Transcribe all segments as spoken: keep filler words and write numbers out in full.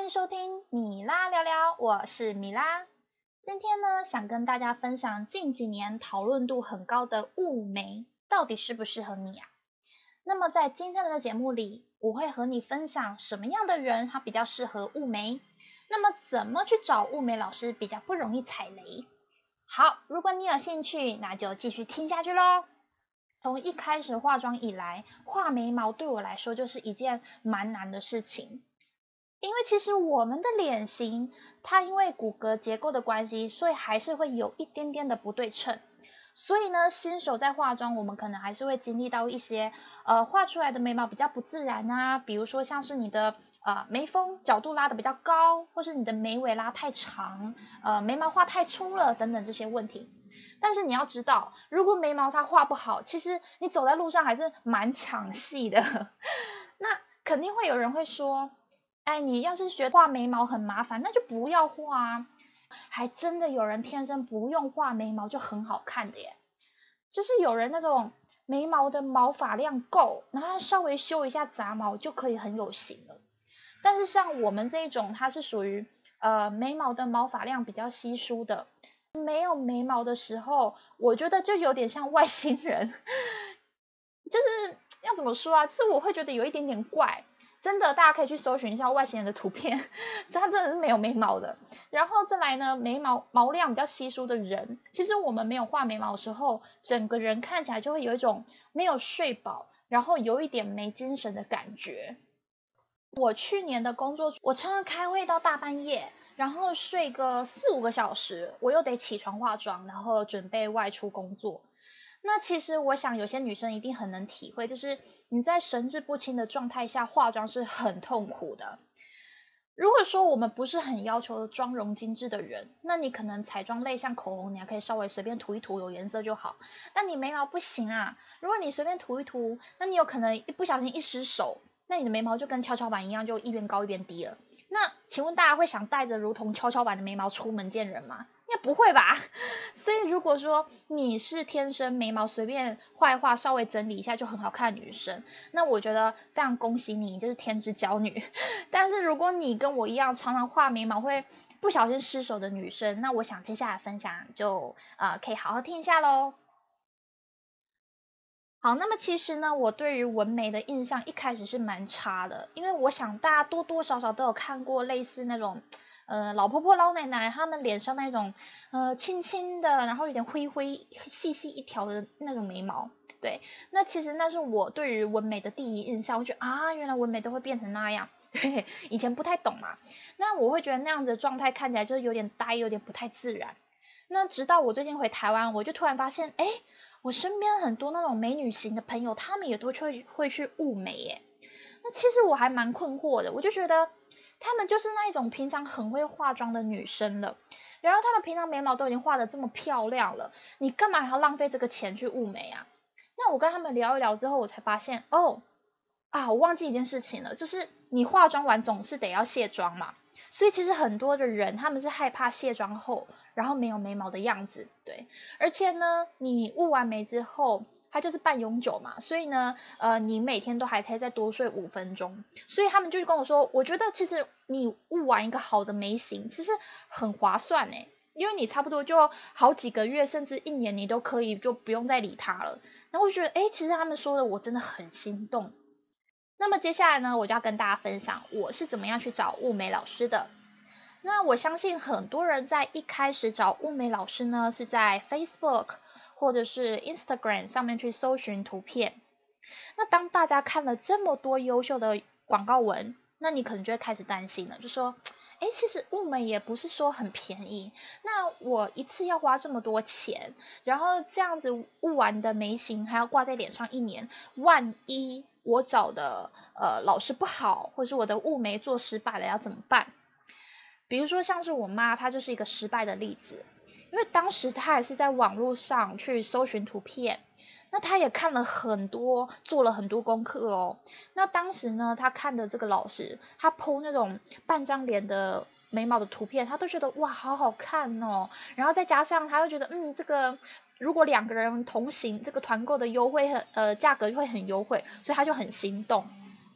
迎收听米拉聊聊，我是米拉。今天呢，想跟大家分享近几年讨论度很高的雾眉，到底适不适合你啊？那么在今天的节目里，我会和你分享什么样的人他比较适合雾眉，那么怎么去找雾眉老师比较不容易踩雷。好，如果你有兴趣，那就继续听下去咯。从一开始化妆以来，画眉毛对我来说就是一件蛮难的事情。因为其实我们的脸型，它因为骨骼结构的关系，所以还是会有一点点的不对称。所以呢，新手在化妆，我们可能还是会经历到一些呃画出来的眉毛比较不自然啊，比如说像是你的呃眉峰角度拉的比较高，或是你的眉尾拉太长，呃眉毛画太粗了等等这些问题。但是你要知道，如果眉毛它画不好，其实你走在路上还是蛮抢戏的。那肯定会有人会说，哎，你要是学画眉毛很麻烦，那就不要画啊。还真的有人天生不用画眉毛就很好看的耶，就是有人那种眉毛的毛发量够，然后稍微修一下杂毛就可以很有型了。但是像我们这一种，它是属于呃眉毛的毛发量比较稀疏的，没有眉毛的时候，我觉得就有点像外星人，就是要怎么说啊？就是我会觉得有一点点怪。真的，大家可以去搜寻一下外星人的图片，他真的是没有眉毛的。然后再来呢，眉毛毛量比较稀疏的人，其实我们没有画眉毛的时候，整个人看起来就会有一种没有睡饱，然后有一点没精神的感觉。我去年的工作，我常常开会到大半夜，然后睡个四五个小时，我又得起床化妆，然后准备外出工作。那其实我想有些女生一定很能体会，就是你在神志不清的状态下化妆是很痛苦的。如果说我们不是很要求妆容精致的人，那你可能彩妆类像口红，你还可以稍微随便涂一涂，有颜色就好。但你眉毛不行啊，如果你随便涂一涂，那你有可能一不小心一失手，那你的眉毛就跟跷跷板一样，就一边高一边低了。那请问大家会想带着如同跷跷板的眉毛出门见人吗？应该不会吧。所以如果说你是天生眉毛随便画一画，稍微整理一下就很好看的女生，那我觉得非常恭喜你，就是天之娇女。但是如果你跟我一样常常画眉毛会不小心失手的女生，那我想接下来分享就呃可以好好听一下咯。好，那么其实呢，我对于纹眉的印象一开始是蛮差的，因为我想大家多多少少都有看过类似那种呃老婆婆老奶奶她们脸上那种呃轻轻的，然后有点灰灰细细一条的那种眉毛。对，那其实那是我对于纹眉的第一印象，我觉得啊原来纹眉都会变成那样。对，以前不太懂嘛，那我会觉得那样子的状态看起来就是有点呆，有点不太自然。那直到我最近回台湾，我就突然发现，哎，我身边很多那种美女型的朋友，他们也都会会去雾眉耶。那其实我还蛮困惑的，我就觉得他们就是那一种平常很会化妆的女生了，然后他们平常眉毛都已经画得这么漂亮了，你干嘛还要浪费这个钱去雾眉啊？那我跟他们聊一聊之后，我才发现，哦，啊，我忘记一件事情了，就是你化妆完总是得要卸妆嘛，所以其实很多的人他们是害怕卸妆后然后没有眉毛的样子。对，而且呢你雾完眉之后它就是半永久嘛，所以呢呃你每天都还可以再多睡五分钟，所以他们就跟我说，我觉得其实你雾完一个好的眉型其实很划算耶，因为你差不多就好几个月甚至一年你都可以就不用再理它了。然后我就觉得诶，其实他们说的我真的很心动。那么接下来呢，我就要跟大家分享我是怎么样去找雾眉老师的。那我相信很多人在一开始找雾眉老师呢，是在 Facebook 或者是 Instagram 上面去搜寻图片。那当大家看了这么多优秀的广告文，那你可能就会开始担心了，就说诶，其实雾眉也不是说很便宜，那我一次要花这么多钱，然后这样子雾完的眉形还要挂在脸上一年，万一我找的呃老师不好，或是我的雾眉做失败了要怎么办？比如说像是我妈，她就是一个失败的例子，因为当时她也是在网络上去搜寻图片，那她也看了很多，做了很多功课哦。那当时呢，她看的这个老师，他 po 那种半张脸的眉毛的图片，她都觉得哇好好看哦，然后再加上她又觉得嗯这个如果两个人同行，这个团购的优惠很呃价格会很优惠，所以她就很心动。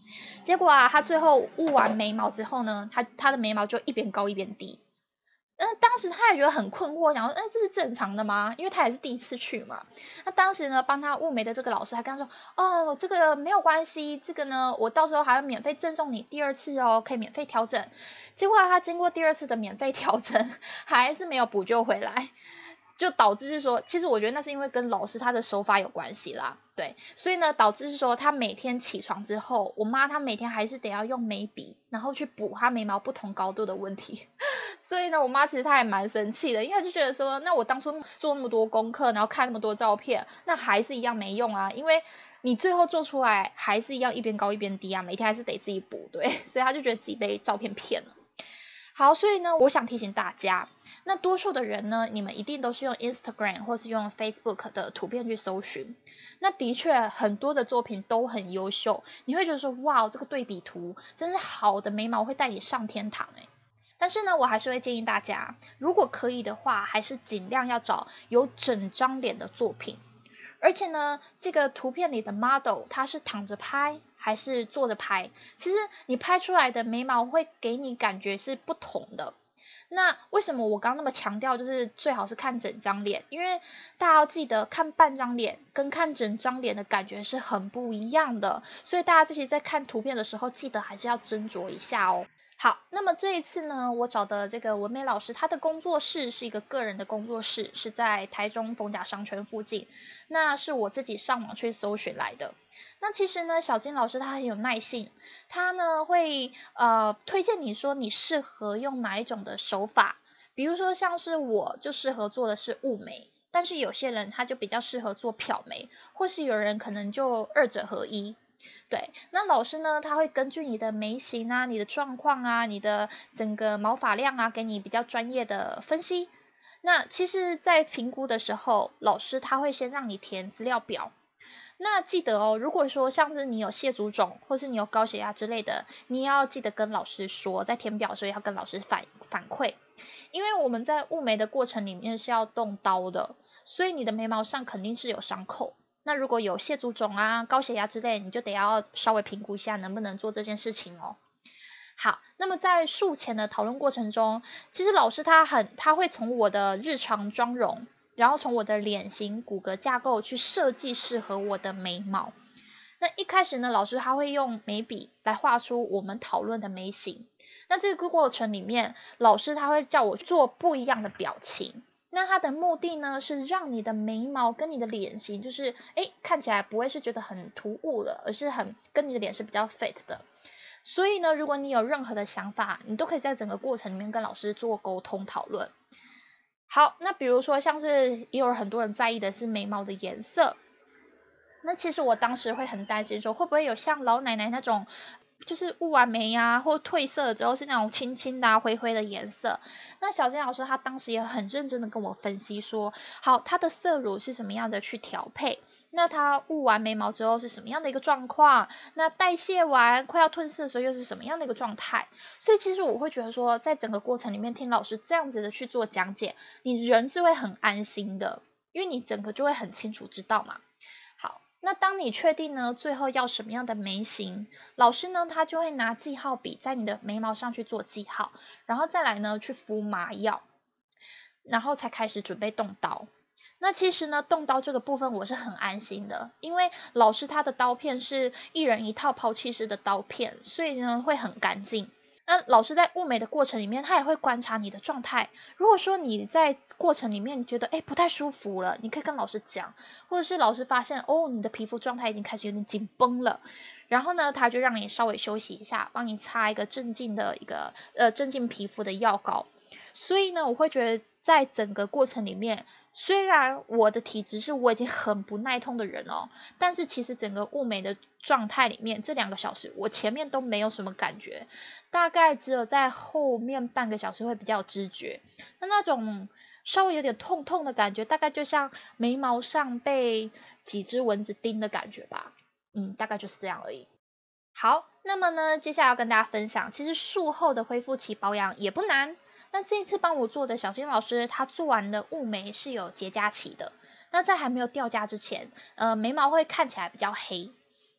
结果啊，他最后雾完眉毛之后呢，他他的眉毛就一边高一边低。那当时他也觉得很困惑，想说，哎，这是正常的吗？因为他也是第一次去嘛。那当时呢，帮他雾眉的这个老师还跟他说，哦，这个没有关系，这个呢，我到时候还会免费赠送你第二次哦，可以免费调整。结果他经过第二次的免费调整，还是没有补救回来。就导致是说，其实我觉得那是因为跟老师他的手法有关系啦，对，所以呢，导致是说他每天起床之后，我妈她每天还是得要用眉笔，然后去补她眉毛不同高度的问题。所以呢，我妈其实她还蛮生气的，因为她就觉得说，那我当初做那么多功课，然后看那么多照片，那还是一样没用啊，因为你最后做出来还是一样一边高一边低啊，每天还是得自己补，对，所以她就觉得自己被照片骗了。好，所以呢，我想提醒大家，那多数的人呢，你们一定都是用 Instagram 或是用 Facebook 的图片去搜寻。那的确很多的作品都很优秀，你会觉得说，哇，这个对比图真是好的眉毛会带你上天堂诶。但是呢，我还是会建议大家，如果可以的话，还是尽量要找有整张脸的作品。而且呢，这个图片里的 model 它是躺着拍还是坐着拍，其实你拍出来的眉毛会给你感觉是不同的。那为什么我刚刚那么强调就是最好是看整张脸？因为大家要记得看半张脸跟看整张脸的感觉是很不一样的，所以大家自己在看图片的时候记得还是要斟酌一下哦。好，那么这一次呢，我找的这个文美老师，他的工作室是一个个人的工作室，是在台中逢甲商圈附近，那是我自己上网去搜寻来的。那其实呢，小金老师他很有耐性，他呢会呃推荐你说你适合用哪一种的手法，比如说像是我就适合做的是雾眉，但是有些人他就比较适合做漂眉，或是有人可能就二者合一。对，那老师呢，他会根据你的眉形啊、你的状况啊、你的整个毛发量啊，给你比较专业的分析。那其实，在评估的时候，老师他会先让你填资料表。那记得哦，如果说像是你有蟹足肿，或是你有高血压之类的，你要记得跟老师说，在填表的时候要跟老师反反馈，因为我们在雾眉的过程里面是要动刀的，所以你的眉毛上肯定是有伤口。那如果有蟹足肿啊、高血压之类，你就得要稍微评估一下能不能做这件事情哦。好，那么在术前的讨论过程中，其实老师他很他会从我的日常妆容，然后从我的脸型、骨骼架构去设计适合我的眉毛。那一开始呢，老师他会用眉笔来画出我们讨论的眉形。那这个过程里面，老师他会叫我做不一样的表情。那它的目的呢，是让你的眉毛跟你的脸型，就是诶看起来不会是觉得很突兀的，而是很跟你的脸是比较 fit 的。所以呢，如果你有任何的想法，你都可以在整个过程里面跟老师做沟通讨论。好，那比如说像是也有很多人在意的是眉毛的颜色，那其实我当时会很担心说，会不会有像老奶奶那种就是雾完眉啊，或褪色之后是那种青青的、啊、灰灰的颜色。那小金老师他当时也很认真的跟我分析说，好，它的色乳是什么样的去调配，那它雾完眉毛之后是什么样的一个状况，那代谢完快要褪色的时候又是什么样的一个状态。所以其实我会觉得说，在整个过程里面听老师这样子的去做讲解，你人是会很安心的，因为你整个就会很清楚知道嘛。好，那当你确定呢，最后要什么样的眉形，老师呢他就会拿记号笔在你的眉毛上去做记号，然后再来呢去敷麻药，然后才开始准备动刀。那其实呢，动刀这个部分我是很安心的，因为老师他的刀片是一人一套抛弃式的刀片，所以呢会很干净。那老师在雾眉的过程里面，他也会观察你的状态。如果说你在过程里面觉得哎不太舒服了，你可以跟老师讲，或者是老师发现哦你的皮肤状态已经开始有点紧绷了，然后呢他就让你稍微休息一下，帮你擦一个镇静的一个呃镇静皮肤的药膏。所以呢，我会觉得在整个过程里面，虽然我的体质是我已经很不耐痛的人哦，但是其实整个雾眉的状态里面，这两个小时我前面都没有什么感觉，大概只有在后面半个小时会比较有知觉。那那种稍微有点痛痛的感觉，大概就像眉毛上被几只蚊子叮的感觉吧，嗯，大概就是这样而已。好，那么呢，接下来要跟大家分享，其实术后的恢复期保养也不难。那这一次帮我做的小金老师，他做完的雾眉是有结痂期的。那在还没有掉痂之前，呃，眉毛会看起来比较黑。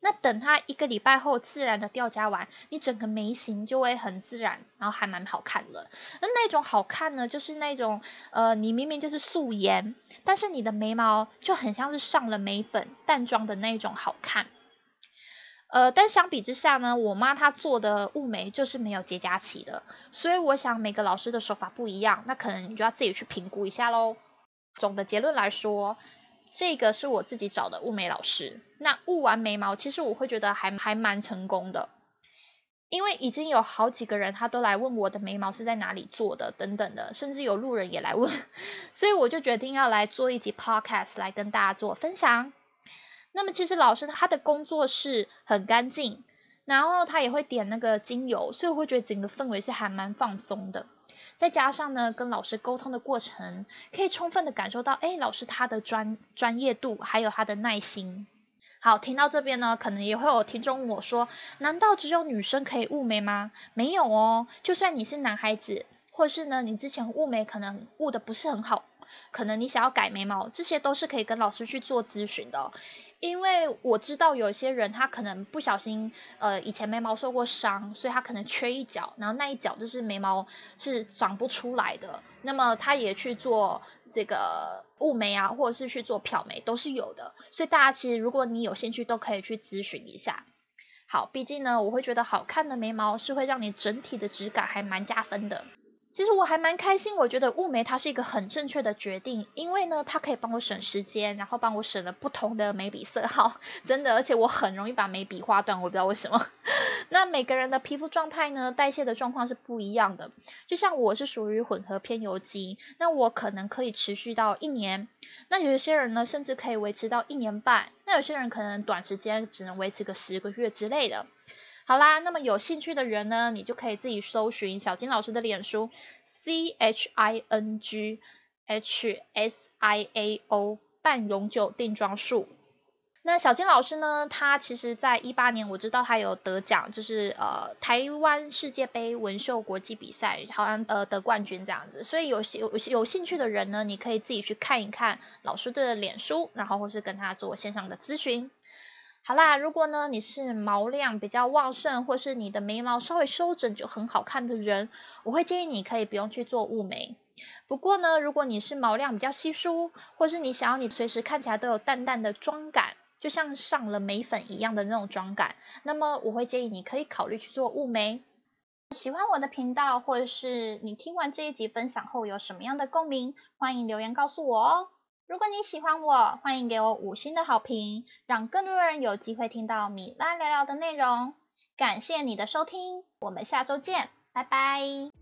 那等它一个礼拜后自然的掉痂完，你整个眉形就会很自然，然后还蛮好看的。那那种好看呢，就是那种呃，你明明就是素颜，但是你的眉毛就很像是上了眉粉淡妆的那种好看。呃，但相比之下呢，我妈她做的雾眉就是没有结痂期的，所以我想每个老师的手法不一样，那可能你就要自己去评估一下咯。总的结论来说，这个是我自己找的雾眉老师，那雾完眉毛其实我会觉得还还蛮成功的，因为已经有好几个人他都来问我的眉毛是在哪里做的等等的，甚至有路人也来问，所以我就决定要来做一集 podcast 来跟大家做分享。那么其实老师他的工作室很干净，然后他也会点那个精油，所以我会觉得整个氛围是还蛮放松的。再加上呢，跟老师沟通的过程，可以充分的感受到，哎，老师他的专专业度，还有他的耐心。好，听到这边呢，可能也会有听众问我说，难道只有女生可以雾眉吗？没有哦，就算你是男孩子，或是呢你之前雾眉可能雾的不是很好，可能你想要改眉毛，这些都是可以跟老师去做咨询的哦。因为我知道有些人他可能不小心呃以前眉毛受过伤，所以他可能缺一角，然后那一角就是眉毛是长不出来的，那么他也去做这个雾眉啊，或者是去做漂眉都是有的，所以大家其实如果你有兴趣都可以去咨询一下。好，毕竟呢我会觉得好看的眉毛是会让你整体的质感还蛮加分的。其实我还蛮开心，我觉得雾眉它是一个很正确的决定，因为呢它可以帮我省时间，然后帮我省了不同的眉笔色号，真的，而且我很容易把眉笔画断，我不知道为什么。那每个人的皮肤状态呢，代谢的状况是不一样的，就像我是属于混合偏油肌，那我可能可以持续到一年，那有一些人呢甚至可以维持到一年半，那有些人可能短时间只能维持个十个月之类的。好啦，那么有兴趣的人呢，你就可以自己搜寻小金老师的脸书 C H I N G H S I A O 半永久定妆术。那小金老师呢，他其实在一八年我知道他有得奖，就是呃台湾世界杯纹绣国际比赛，好像呃得冠军这样子。所以有有有兴趣的人呢，你可以自己去看一看老师的脸书，然后或是跟他做线上的咨询。好啦，如果呢你是毛量比较旺盛，或是你的眉毛稍微修整就很好看的人，我会建议你可以不用去做雾眉。不过呢，如果你是毛量比较稀疏，或是你想要你随时看起来都有淡淡的妆感，就像上了眉粉一样的那种妆感，那么我会建议你可以考虑去做雾眉。喜欢我的频道，或者是你听完这一集分享后有什么样的共鸣，欢迎留言告诉我哦。如果你喜欢我，欢迎给我五星的好评，让更多人有机会听到米拉聊聊的内容。感谢你的收听，我们下周见，拜拜。